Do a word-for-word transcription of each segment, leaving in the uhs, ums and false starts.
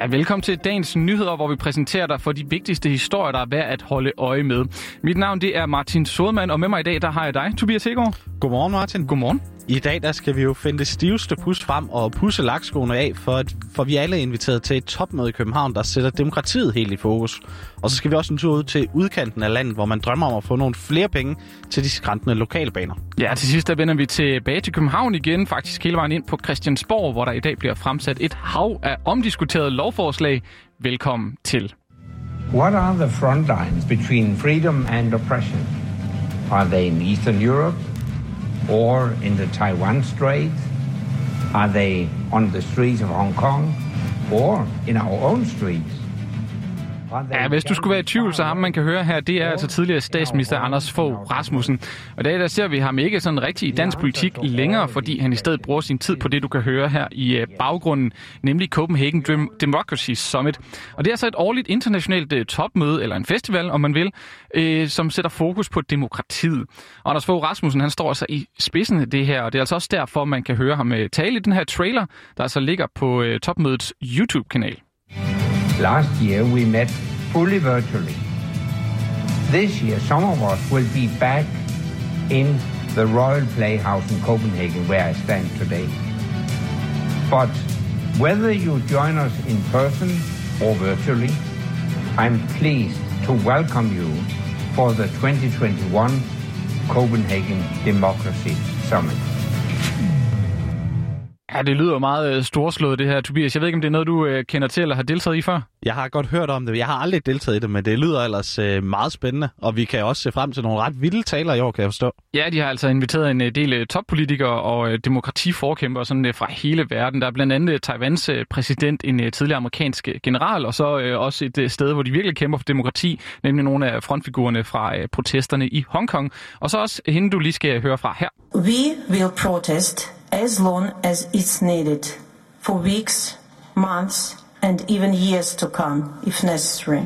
Ja, velkommen til dagens nyheder, hvor vi præsenterer dig for de vigtigste historier, der er værd at holde øje med. Mit navn det er Martin Sodemann, og med mig i dag der har jeg dig, Tobias Hegaard. Godmorgen, Martin. Godmorgen. I dag der skal vi jo finde det stiveste pus frem og pusse lakskoene af, for, at, for vi er alle inviteret til et topmøde i København, der sætter demokratiet helt i fokus. Og så skal vi også en tur ud til udkanten af landet, hvor man drømmer om at få nogle flere penge til de skrantende lokalbaner. Ja, til sidst der vender vi tilbage til København igen, faktisk hele vejen ind på Christiansborg, hvor der i dag bliver fremsat et hav af omdiskuterede lovforslag. Velkommen til. What are the front lines between freedom and oppression? Are they in Eastern Europe? Or in the Taiwan Strait? Are they on the streets of Hong Kong? Or in our own streets? Ja, hvis du skulle være i tvivl, så ham man kan høre her, det er altså tidligere statsminister Anders Fogh Rasmussen. Og i dag der ser vi ham ikke sådan rigtig i dansk politik længere, fordi han i stedet bruger sin tid på det, du kan høre her i baggrunden, nemlig Copenhagen Democracy Summit. Og det er altså et årligt internationalt topmøde, eller en festival, om man vil, øh, som sætter fokus på demokratiet. Og Anders Fogh Rasmussen, han står altså i spidsen af det her, og det er altså også derfor, man kan høre ham tale i den her trailer, der altså ligger på øh, topmødets YouTube-kanal. Last year we met fully virtually. This year some of us will be back in the Royal Playhouse in Copenhagen where I stand today. But whether you join us in person or virtually, I'm pleased to welcome you for the twenty twenty-one Copenhagen Democracy Summit. Ja, det lyder meget storslået det her, Tobias. Jeg ved ikke, om det er noget, du øh, kender til eller har deltaget i før? Jeg har godt hørt om det. Jeg har aldrig deltaget i det, men det lyder ellers øh, meget spændende. Og vi kan også se frem til nogle ret vilde taler i år, kan jeg forstå. Ja, de har altså inviteret en del øh, toppolitikere og øh, demokratiforkæmpere sådan, øh, fra hele verden. Der er blandt andet Taiwans øh, præsident, en øh, tidligere amerikansk general, og så øh, også et øh, sted, hvor de virkelig kæmper for demokrati, nemlig nogle af frontfigurerne fra øh, protesterne i Hongkong. Og så også hende, du lige skal høre fra her. We will protest as long as it's needed, for weeks, months, and even years to come, if necessary.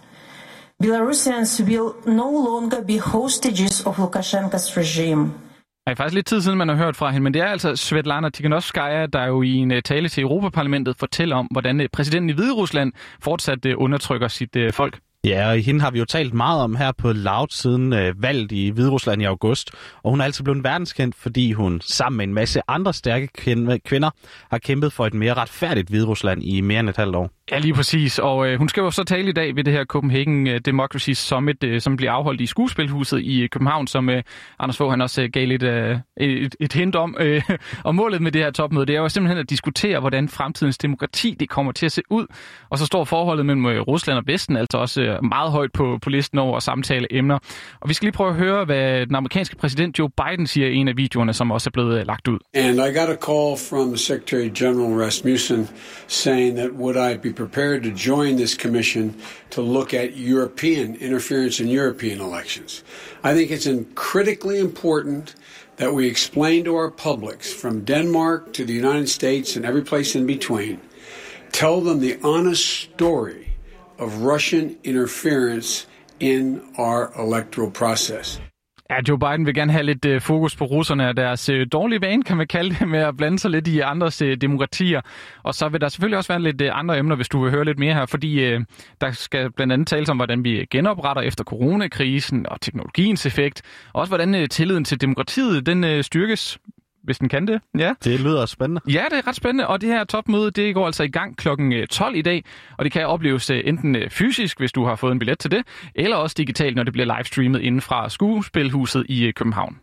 Belarusians will no longer be hostages of Lukashenko's regime. Det er faktisk lidt tid siden, man har hørt fra hende, men det er altså Svetlana Tikhanovskaya, der jo i en tale til Europaparlamentet fortæller om, hvordan præsidenten i Hviderusland fortsat undertrykker sit folk. Ja, og hende har vi jo talt meget om her på Loud siden øh, valget i Hviderusland i august. Og hun er altså blevet verdenskendt, fordi hun sammen med en masse andre stærke kvinder har kæmpet for et mere retfærdigt Hviderusland i mere end et halvt år. Ja, lige præcis. Og øh, hun skal jo så tale i dag ved det her Copenhagen Democracy Summit, øh, som bliver afholdt i Skuespilhuset i København, som øh, Anders Fogh han også øh, gav lidt øh, et, et hint om. Øh, og målet med det her topmøde, det er jo simpelthen at diskutere, hvordan fremtidens demokrati det kommer til at se ud. Og så står forholdet mellem øh, Rusland og Vesten altså også øh, meget højt på, på listen over samtaleemner. Og vi skal lige prøve at høre, hvad den amerikanske præsident Joe Biden siger i en af videoerne, som også er blevet øh, lagt ud. And I got a call from the Secretary General Rasmussen saying that would I be prepared to join this commission to look at European interference in European elections. I think it's critically important that we explain to our publics from Denmark to the United States and every place in between, tell them the honest story of Russian interference in our electoral process. Ja, Joe Biden vil gerne have lidt øh, fokus på russerne og deres øh, dårlige vane, kan man kalde det, med at blande sig lidt i andres øh, demokratier. Og så vil der selvfølgelig også være lidt øh, andre emner, hvis du vil høre lidt mere her, fordi øh, der skal blandt andet tales om, hvordan vi genopretter efter coronakrisen og teknologiens effekt, og også hvordan øh, tilliden til demokratiet den øh, styrkes. Hvis den kan det, ja. Det lyder spændende. Ja, det er ret spændende, og det her topmøde, det går altså i gang klokken tolv i dag, og det kan opleves enten fysisk, hvis du har fået en billet til det, eller også digitalt, når det bliver livestreamet inden fra Skuespilhuset i København.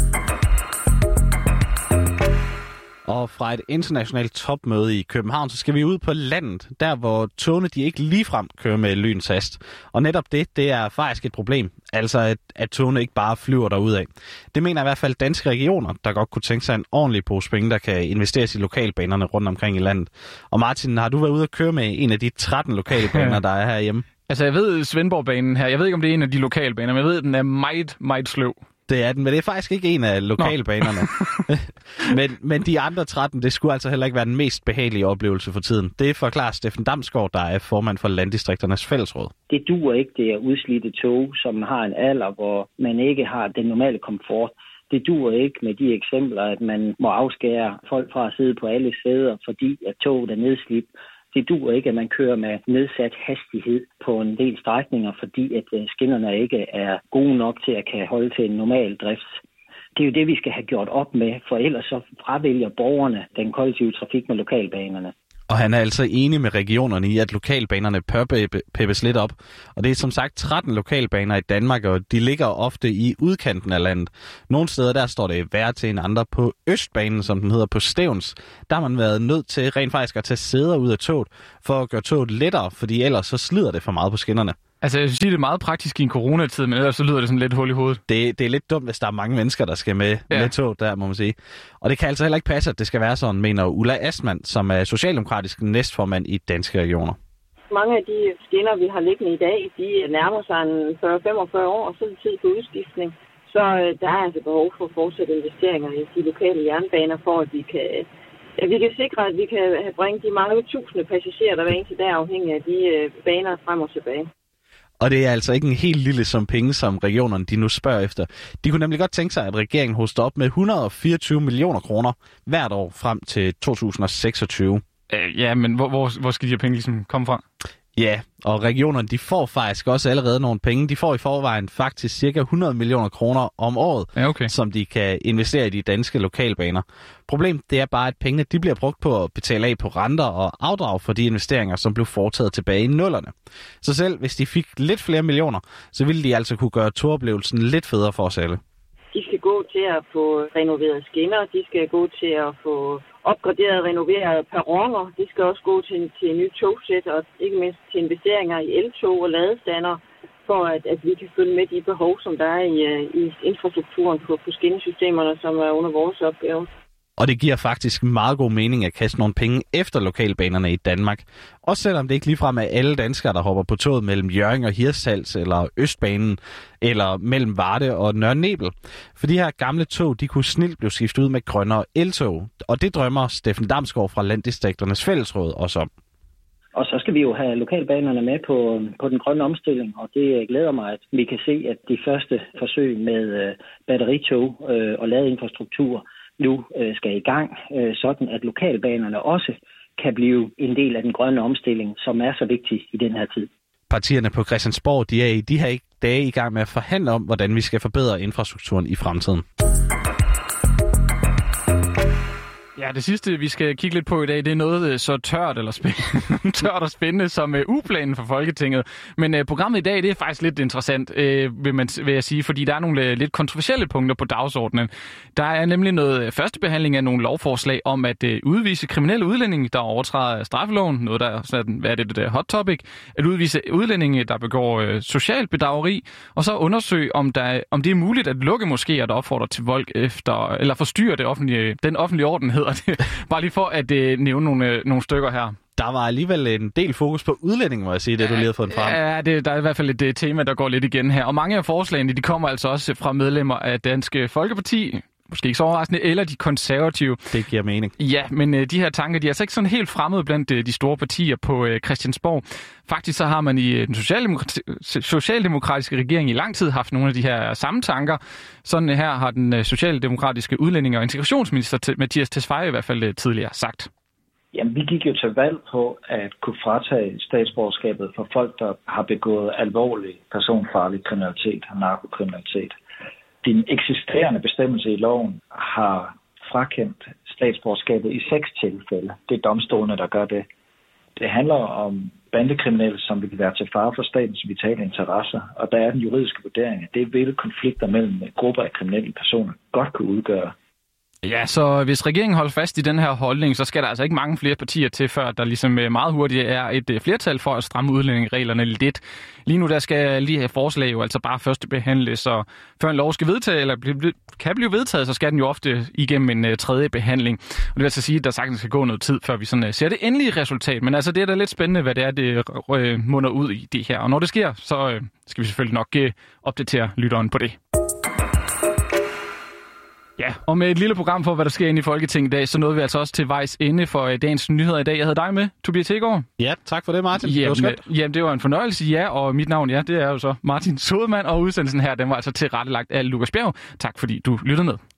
Og fra et internationalt topmøde i København, så skal vi ud på landet, der hvor togene de ikke ligefrem kører med lyns hast. Og netop det, det er faktisk et problem. Altså at, at togene ikke bare flyver derudad. Det mener i hvert fald danske regioner, der godt kunne tænke sig en ordentlig pose penge, der kan investeres i lokalbanerne rundt omkring i landet. Og Martin, har du været ude at køre med en af de tretten lokalbaner, der er herhjemme? Altså jeg ved Svendborgbanen her, jeg ved ikke om det er en af de lokalbaner, men jeg ved, at den er meget, meget sløv. Det er den, men det er faktisk ikke en af lokalbanerne. men, men de andre tretten, det skulle altså heller ikke være den mest behagelige oplevelse for tiden. Det forklarer Steffen Damsgaard, der er formand for Landdistrikternes Fællesråd. Det duer ikke, det er udslidte tog, som har en alder, hvor man ikke har den normale komfort. Det duer ikke med de eksempler, at man må afskære folk fra at sidde på alle sæder, fordi at toget er nedslidt. Det duer ikke, at man kører med nedsat hastighed på en del strækninger, fordi at skinnerne ikke er gode nok til at kan holde til en normal drift. Det er jo det, vi skal have gjort op med, for ellers så fravælger borgerne den kollektive trafik med lokalbanerne. Og han er altså enig med regionerne i, at lokalbanerne bør peppes lidt op. Og det er som sagt tretten lokalbaner i Danmark, og de ligger ofte i udkanten af landet. Nogle steder der står det værre til end andre. På Østbanen, som den hedder, på Stevns, der har man været nødt til rent faktisk at tage sæder ud af toget, for at gøre toget lettere, fordi ellers så slider det for meget på skinnerne. Altså, jeg vil sige, det er meget praktisk i en coronatid, men ellers så lyder det sådan lidt hul i hovedet. Det, det er lidt dumt, hvis der er mange mennesker, der skal med, ja. med tog der, må man sige. Og det kan altså heller ikke passe, at det skal være sådan, mener Ulla Astmann, som er socialdemokratisk næstformand i Danske Regioner. Mange af de skinner, vi har liggende i dag, de nærmer sig en fyrre til femogfyrre år, og så er det tid på udskiftning. Så der er altså behov for fortsat investeringer i de lokale jernbaner, for at vi kan, ja, vi kan sikre, at vi kan bringe de mange tusinde passagerer, der hver eneste dag afhængig af de baner frem og tilbage. Og det er altså ikke en helt lille sum penge, som regionerne de nu spørger efter. De kunne nemlig godt tænke sig, at regeringen hoster op med et hundrede og fireogtyve millioner kroner hvert år frem til to tusind og seksogtyve. Øh, ja, men hvor, hvor, hvor skal de her penge ligesom komme fra? Ja, og regionerne de får faktisk også allerede nogle penge. De får i forvejen faktisk cirka hundrede millioner kroner om året, ja, okay. som de kan investere i de danske lokalbaner. Problemet det er bare, at pengene de bliver brugt på at betale af på renter og afdrag for de investeringer, som blev foretaget tilbage i nullerne. Så selv hvis de fik lidt flere millioner, så ville de altså kunne gøre turoplevelsen lidt federe for os alle. De skal gå til at få renoveret skinner, de skal gå til at få opgraderet og renoveret perroner, de skal også gå til, til en ny togsæt og ikke mindst til investeringer i eltog og ladestander, for at, at vi kan følge med de behov, som der er i, i infrastrukturen på, på skinnesystemerne, som er under vores opgave. Og det giver faktisk meget god mening at kaste nogle penge efter lokalbanerne i Danmark. Også selvom det ikke ligefrem er alle danskere, der hopper på toget mellem Hjørring og Hirtshals eller Østbanen, eller mellem Varde og Nørre Nebel. For de her gamle tog, de kunne snilt blive skiftet ud med grønnere eltog. Og det drømmer Steffen Damsgaard fra Landdistrikternes Fællesråd også om. Og så skal vi jo have lokalbanerne med på, på den grønne omstilling, og det glæder mig, at vi kan se, at de første forsøg med batteritog og ladeinfrastruktur nu øh, skal i gang, øh, sådan at lokalbanerne også kan blive en del af den grønne omstilling, som er så vigtig i den her tid. Partierne på Christiansborg de er i de her dage i gang med at forhandle om, hvordan vi skal forbedre infrastrukturen i fremtiden. Ja, det sidste, vi skal kigge lidt på i dag, det er noget så tørt, eller spændende, tørt og spændende som uh, uplanen for Folketinget. Men uh, programmet i dag, det er faktisk lidt interessant, uh, vil, man, vil jeg sige, fordi der er nogle uh, lidt kontroversielle punkter på dagsordenen. Der er nemlig noget første behandling af nogle lovforslag om at uh, udvise kriminelle udlændinge, der overtræder straffeloven, noget der er sådan, hvad er det, det der hot topic, at udvise udlændinge, der begår uh, socialt bedrageri, og så undersøge, om, der, om det er muligt at lukke moskéer, der opfordrer til vold efter, eller forstyrre det offentlige, den offentlige ordenhed. Bare lige for at øh, nævne nogle, øh, nogle stykker her. Der var alligevel en del fokus på udlændinge, må jeg sige, det ja, du lige har fået frem. Ja, det, der er i hvert fald et uh, tema, der går lidt igen her. Og mange af forslagene, de kommer altså også fra medlemmer af Danske Folkeparti, måske ikke så overraskende, eller de konservative. Det giver mening. Ja, men uh, de her tanker, de er altså ikke sådan helt fremmede blandt uh, de store partier på uh, Christiansborg. Faktisk så har man i den socialdemokrati- socialdemokratiske regering i lang tid haft nogle af de her samme tanker. Sådan her har den uh, socialdemokratiske udlændinge- og integrationsminister t- Mattias Tesfaye i hvert fald uh, tidligere sagt. Jamen, vi gik jo til valg på at kunne fratage statsborgerskabet for folk, der har begået alvorlig personfarlig kriminalitet og narkokriminalitet. Den eksisterende bestemmelse i loven har frakendt statsborgerskabet i seks tilfælde. Det er domstolene, der gør det. Det handler om bandekriminelle, som vil være til fare for statens vitale interesser, og der er den juridiske vurdering, at det vil konflikter mellem grupper af kriminelle personer godt kunne udgøre. Ja, så hvis regeringen holder fast i den her holdning, så skal der altså ikke mange flere partier til, før der ligesom meget hurtigt er et flertal for at stramme udlændingereglerne lidt. Lige nu der skal lige have forslag jo altså bare første behandles, så før en lov skal vedtage, eller kan blive vedtaget, så skal den jo ofte igennem en uh, tredje behandling. Og det vil altså sige, at der sagtens skal gå noget tid, før vi sådan uh, ser det endelige resultat. Men altså det er da lidt spændende, hvad det er, det uh, munder ud i det her. Og når det sker, så uh, skal vi selvfølgelig nok uh, opdatere lytteren på det. Ja, og med et lille program for, hvad der sker inde i Folketinget i dag, så nåede vi altså også til vejs ende for dagens nyheder i dag. Jeg havde dig med, Tobias Tegård. Ja, tak for det, Martin. Jamen, det var skønt. Jamen, det var en fornøjelse, ja, og mit navn, ja, det er jo så Martin Sodemann, og udsendelsen her, den var altså tilrettelagt af Lukas Bjerg. Tak fordi du lyttede med.